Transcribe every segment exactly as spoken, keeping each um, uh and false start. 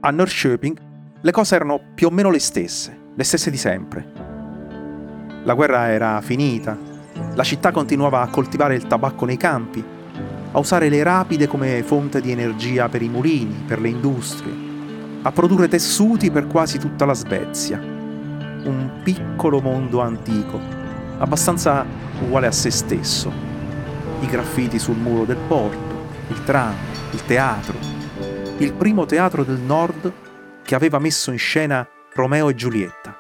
A Norrköping le cose erano più o meno le stesse, le stesse di sempre. La guerra era finita, la città continuava a coltivare il tabacco nei campi, a usare le rapide come fonte di energia per i mulini, per le industrie, a produrre tessuti per quasi tutta la Svezia. Un piccolo mondo antico, abbastanza uguale a se stesso. I graffiti sul muro del porto, il tram, il teatro, il primo teatro del nord che aveva messo in scena Romeo e Giulietta.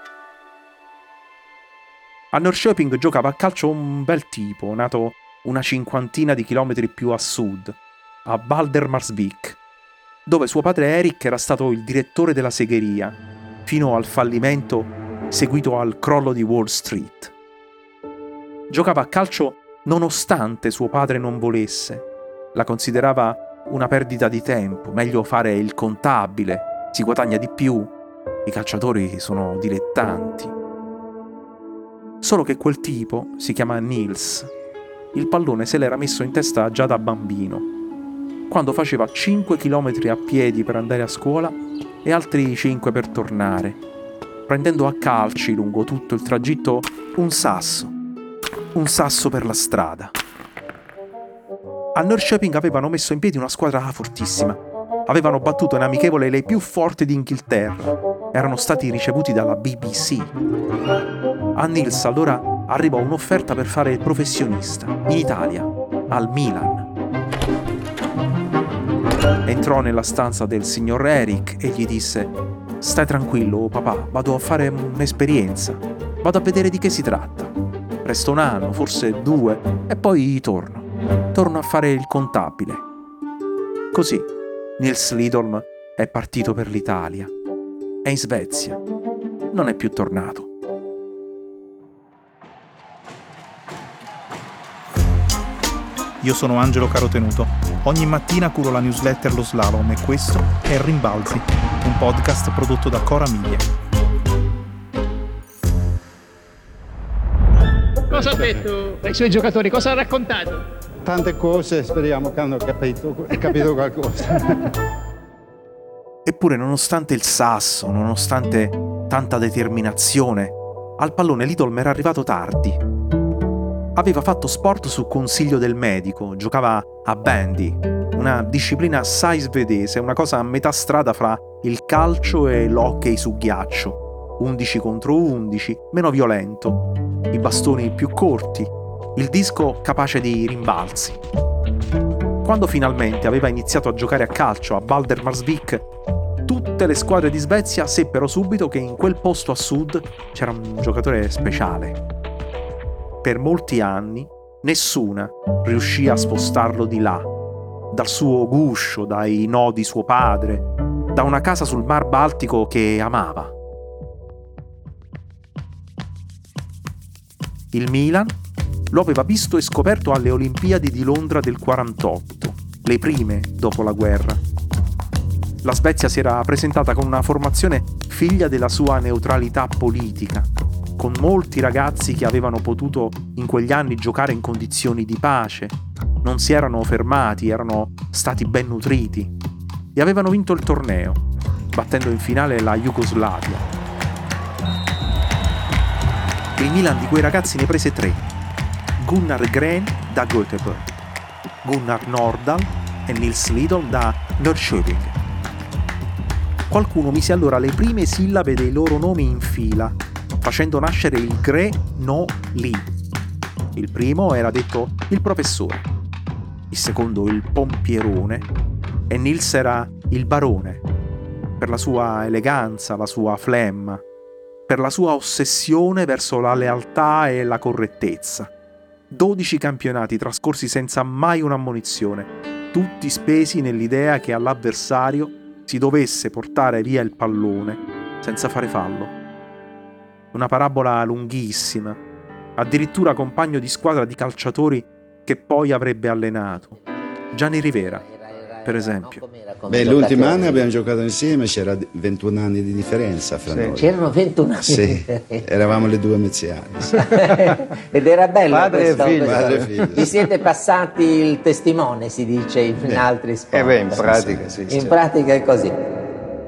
A Norrköping giocava a calcio un bel tipo, nato una cinquantina di chilometri più a sud, a Valdemarsvik, dove suo padre Erik era stato il direttore della segheria, fino al fallimento seguito al crollo di Wall Street. Giocava a calcio nonostante suo padre non volesse. La considerava una perdita di tempo, meglio fare il contabile, si guadagna di più, i calciatori sono dilettanti. Solo che quel tipo si chiama Nils. Il pallone se l'era messo in testa già da bambino, quando faceva cinque chilometri a piedi per andare a scuola e altri cinque per tornare, prendendo a calci lungo tutto il tragitto un sasso, un sasso per la strada. A Norrköping avevano messo in piedi una squadra fortissima. Avevano battuto in amichevole le più forti d'Inghilterra. Erano stati ricevuti dalla B B C. A Nils allora arrivò un'offerta per fare il professionista in Italia, al Milan. Entrò nella stanza del signor Erik e gli disse: «Stai tranquillo, papà, vado a fare un'esperienza. Vado a vedere di che si tratta. Resto un anno, forse due, e poi torno. Torno a fare il contabile». Così Nils Lidholm è partito per l'Italia. È in Svezia. Non è più tornato. Io sono Angelo Carotenuto. Ogni mattina curo la newsletter Lo Slalom e questo è Rimbalzi, un podcast prodotto da Cora Media. Cosa ha detto ai suoi giocatori? Cosa ha raccontato? Tante cose, speriamo che hanno capito, capito qualcosa. Eppure, nonostante il sasso, nonostante tanta determinazione, al pallone Lidholm era arrivato tardi. Aveva fatto sport su consiglio del medico, giocava a bandy, una disciplina assai svedese, una cosa a metà strada fra il calcio e l'hockey su ghiaccio, undici contro undici, meno violento, i bastoni più corti, il disco capace di rimbalzi. Quando finalmente aveva iniziato a giocare a calcio a Valdemarsvik, tutte le squadre di Svezia seppero subito che in quel posto a sud c'era un giocatore speciale. Per molti anni nessuna riuscì a spostarlo di là, dal suo guscio, dai no di suo padre, da una casa sul Mar Baltico che amava. Il Milan lo aveva visto e scoperto alle Olimpiadi di Londra del quarantotto, le prime dopo la guerra. La Svezia si era presentata con una formazione figlia della sua neutralità politica, con molti ragazzi che avevano potuto in quegli anni giocare in condizioni di pace, non si erano fermati, erano stati ben nutriti e avevano vinto il torneo, battendo in finale la Jugoslavia. Il Milan di quei ragazzi ne prese tre: Gunnar Gren da Göteborg, Gunnar Nordahl e Nils Lidholm da Norrköping. Qualcuno mise allora le prime sillabe dei loro nomi in fila, facendo nascere il Gre no Li. Il primo era detto il professore, il secondo il pompierone e Nils era il barone, per la sua eleganza, la sua flemma, per la sua ossessione verso la lealtà e la correttezza. dodici campionati trascorsi senza mai un'ammonizione, tutti spesi nell'idea che all'avversario si dovesse portare via il pallone senza fare fallo. Una parabola lunghissima, addirittura compagno di squadra di calciatori che poi avrebbe allenato. Gianni Rivera, per esempio. Beh, l'ultimo anno abbiamo giocato insieme, c'era ventuno anni di differenza fra noi. C'erano ventuno anni sì, di differenza. Eravamo le due meziane. Sì. Ed era bello padre questo, e figlio. questo. Padre e figlio. Vi siete passati il testimone, si dice in beh. altri sport. Eh beh, in pratica sì. In pratica è così.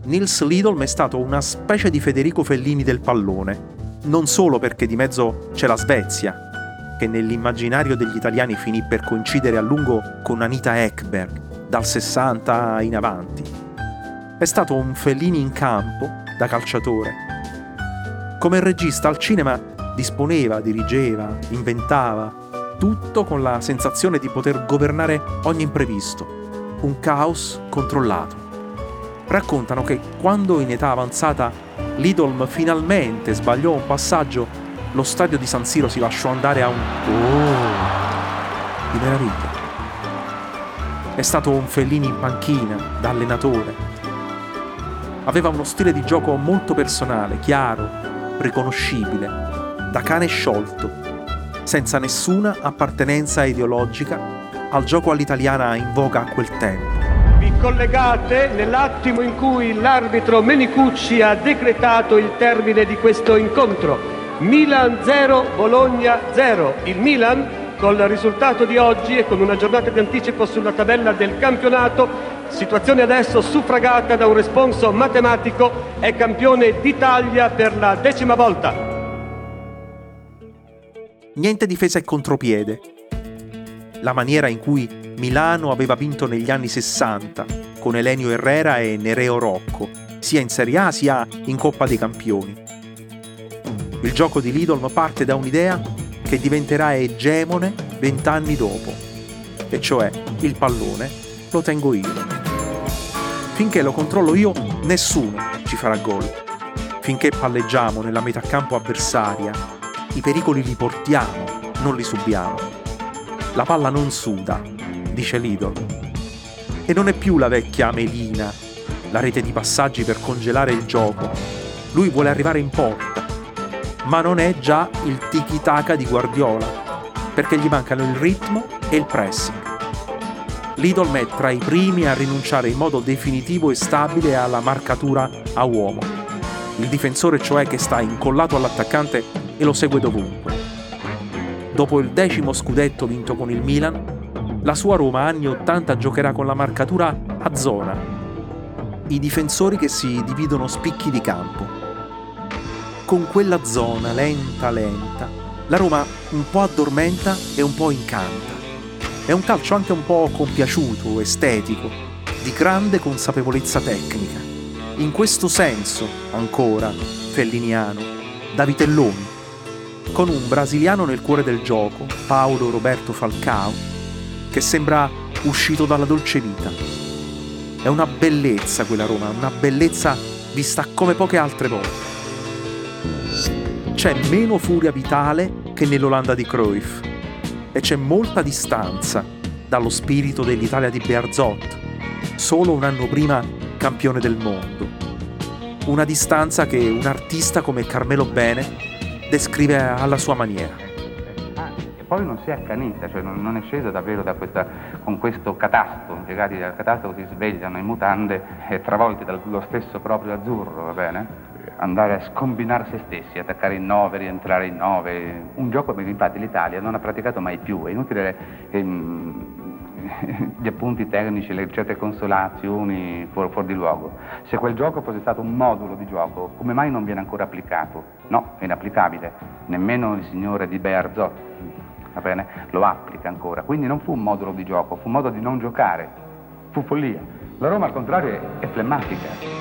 Nils Lidolm è stato una specie di Federico Fellini del pallone, non solo perché di mezzo c'è la Svezia, che nell'immaginario degli italiani finì per coincidere a lungo con Anita Ekberg, dal sessanta in avanti. È stato un Fellini in campo, da calciatore. Come regista al cinema disponeva, dirigeva, inventava, tutto con la sensazione di poter governare ogni imprevisto, un caos controllato. Raccontano che quando in età avanzata Lidolm finalmente sbagliò un passaggio, lo stadio di San Siro si lasciò andare a un oh di meraviglia. È stato un Fellini in panchina, da allenatore. Aveva uno stile di gioco molto personale, chiaro, riconoscibile, da cane sciolto, senza nessuna appartenenza ideologica al gioco all'italiana in voga a quel tempo. Vi collegate nell'attimo in cui l'arbitro Menicucci ha decretato il termine di questo incontro. Milan zero, Bologna zero. Il Milan, col risultato di oggi e con una giornata di anticipo sulla tabella del campionato, situazione adesso suffragata da un responso matematico, è campione d'Italia per la decima volta. Niente difesa e contropiede. La maniera in cui Milano aveva vinto negli anni sessanta con Elenio Herrera e Nereo Rocco, sia in Serie A sia in Coppa dei Campioni. Il gioco di Lidolm parte da un'idea che diventerà egemone vent'anni dopo, e cioè il pallone lo tengo io. Finché lo controllo io, nessuno ci farà gol. Finché palleggiamo nella metà campo avversaria, i pericoli li portiamo, non li subiamo. La palla non suda, dice Lidolm. E non è più la vecchia melina, la rete di passaggi per congelare il gioco. Lui vuole arrivare in porta, ma non è già il tiki-taka di Guardiola, perché gli mancano il ritmo e il pressing. Lidolm è tra i primi a rinunciare in modo definitivo e stabile alla marcatura a uomo. Il difensore, cioè, che sta incollato all'attaccante e lo segue dovunque. Dopo il decimo scudetto vinto con il Milan, la sua Roma anni ottanta giocherà con la marcatura a zona. I difensori che si dividono spicchi di campo. Con quella zona lenta lenta, la Roma un po' addormenta e un po' incanta. È un calcio anche un po' compiaciuto, estetico, di grande consapevolezza tecnica. In questo senso, ancora, felliniano, da vitelloni, con un brasiliano nel cuore del gioco, Paulo Roberto Falcao, che sembra uscito dalla dolce vita. È una bellezza quella Roma, una bellezza vista come poche altre volte. C'è meno furia vitale che nell'Olanda di Cruyff e c'è molta distanza dallo spirito dell'Italia di Bearzot, solo un anno prima campione del mondo. Una distanza che un artista come Carmelo Bene descrive alla sua maniera. Poi non si è accanita, cioè non, non è scesa davvero da questa, con questo catasto, impiegati dal catasto si svegliano in mutande e travolti dallo stesso proprio azzurro, va bene? Andare a scombinare se stessi, attaccare in nove, rientrare in nove, un gioco che infatti l'Italia non ha praticato mai più, è inutile ehm, gli appunti tecnici, le certe consolazioni fuori, fuori di luogo. Se quel gioco fosse stato un modulo di gioco, come mai non viene ancora applicato? No, è inapplicabile, nemmeno il signore di Bearzot, va bene, lo applica ancora, quindi non fu un modulo di gioco, fu un modo di non giocare, fu follia. La Roma al contrario è flemmatica.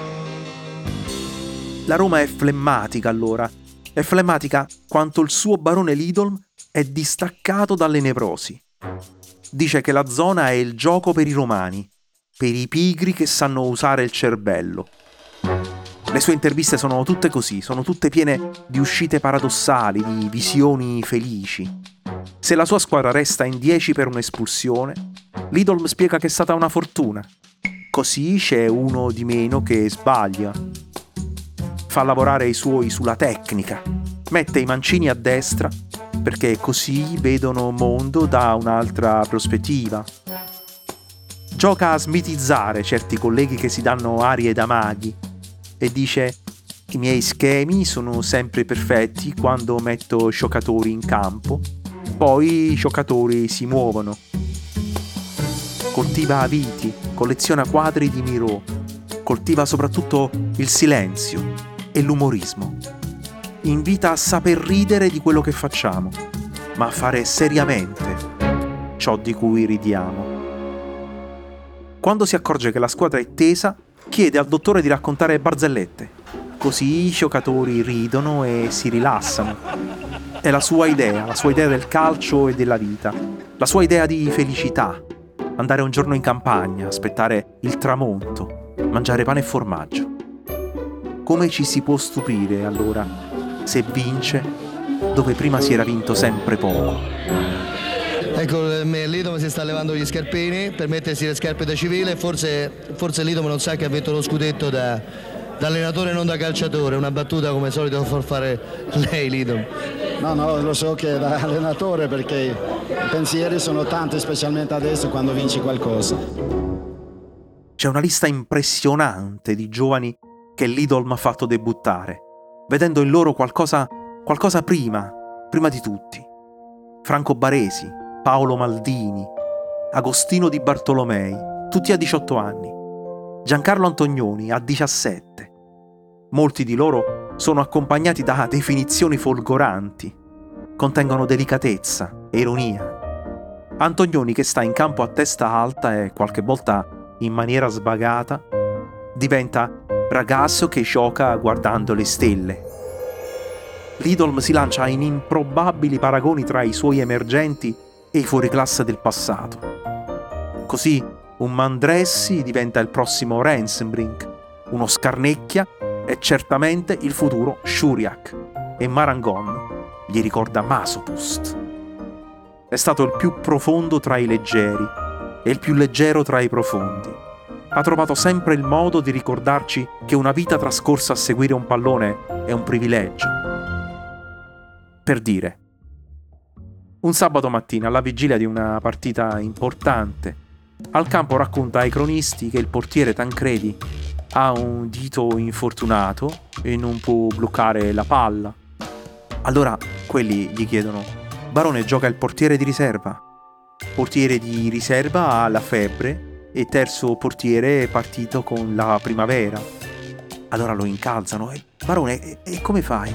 La Roma è flemmatica allora, è flemmatica quanto il suo barone Lidolm è distaccato dalle nevrosi. Dice che la zona è il gioco per i romani, per i pigri che sanno usare il cervello. Le sue interviste sono tutte così, sono tutte piene di uscite paradossali, di visioni felici. Se la sua squadra resta in dieci per un'espulsione, Lidolm spiega che è stata una fortuna. Così c'è uno di meno che sbaglia. Fa lavorare i suoi sulla tecnica, mette i mancini a destra perché così vedono mondo da un'altra prospettiva. Gioca a smitizzare certi colleghi che si danno arie da maghi e dice: i miei schemi sono sempre perfetti quando metto giocatori in campo, poi i giocatori si muovono. Coltiva aviti, colleziona quadri di Miro, coltiva soprattutto il silenzio e l'umorismo. Invita a saper ridere di quello che facciamo, ma a fare seriamente ciò di cui ridiamo. Quando si accorge che la squadra è tesa, chiede al dottore di raccontare barzellette. Così i giocatori ridono e si rilassano. È la sua idea, la sua idea del calcio e della vita, la sua idea di felicità. Andare un giorno in campagna, aspettare il tramonto, mangiare pane e formaggio. Come ci si può stupire, allora, se vince dove prima si era vinto sempre poco? Ecco, Lidom si sta levando gli scarpini per mettersi le scarpe da civile. Forse, forse Lidom non sa che ha vinto lo scudetto da, da allenatore, non da calciatore. Una battuta come solito fa fare lei, Lidom. No, no, lo so che è da allenatore, perché i pensieri sono tanti, specialmente adesso quando vinci qualcosa. C'è una lista impressionante di giovani che Lidom ha fatto debuttare, vedendo in loro qualcosa, qualcosa prima, prima di tutti. Franco Baresi, Paolo Maldini, Agostino Di Bartolomei, tutti a diciotto anni. Giancarlo Antonioni a diciassette. Molti di loro sono accompagnati da definizioni folgoranti, contengono delicatezza e ironia. Antonioni, che sta in campo a testa alta e qualche volta in maniera sbagata, diventa ragazzo che gioca guardando le stelle. Lidom si lancia in improbabili paragoni tra i suoi emergenti e i fuoriclasse del passato. Così un Mandressi diventa il prossimo Rensenbrink, uno Scarnecchia è certamente il futuro Shuriak, e Marangon gli ricorda Masopust. È stato il più profondo tra i leggeri e il più leggero tra i profondi. Ha trovato sempre il modo di ricordarci che una vita trascorsa a seguire un pallone è un privilegio. Per dire, un sabato mattina, alla vigilia di una partita importante, al campo racconta ai cronisti che il portiere Tancredi ha un dito infortunato e non può bloccare la palla. Allora quelli gli chiedono: Barone, gioca il portiere di riserva? Portiere di riserva ha la febbre e terzo portiere è partito con la primavera. Allora lo incalzano: e, Barone, e, e come fai?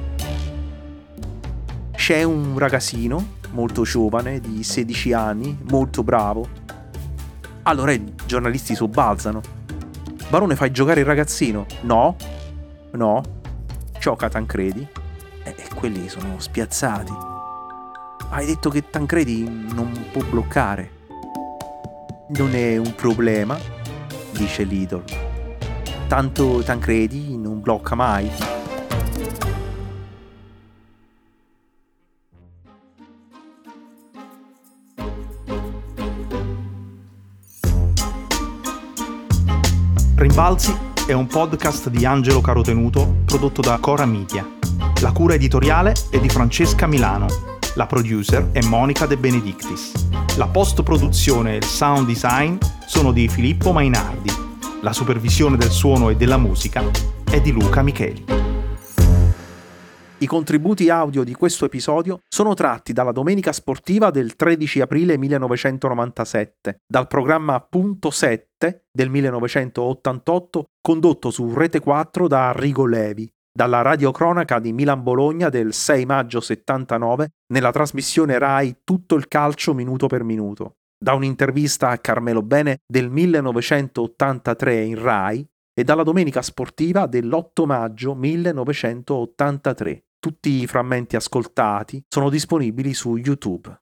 C'è un ragazzino molto giovane di sedici anni, molto bravo. Allora i giornalisti sobbalzano: Barone, fai giocare il ragazzino? No, no, gioca Tancredi. E eh, quelli sono spiazzati. Hai detto che Tancredi non può bloccare. Non è un problema, dice Lidom. Tanto Tancredi non blocca mai. Rimbalzi è un podcast di Angelo Carotenuto prodotto da Cora Media. La cura editoriale è di Francesca Milano. La producer è Monica De Benedictis. La post-produzione e il sound design sono di Filippo Mainardi. La supervisione del suono e della musica è di Luca Micheli. I contributi audio di questo episodio sono tratti dalla Domenica Sportiva del tredici aprile millenovecentonovantasette, dal programma Punto sette del millenovecentottantotto condotto su Rete quattro da Arrigo Levi, dalla radiocronaca di Milan-Bologna del sei maggio settantanove nella trasmissione Rai Tutto il calcio minuto per minuto, da un'intervista a Carmelo Bene del millenovecentottantatré in Rai e dalla Domenica Sportiva dell'otto maggio millenovecentottantatré. Tutti i frammenti ascoltati sono disponibili su YouTube.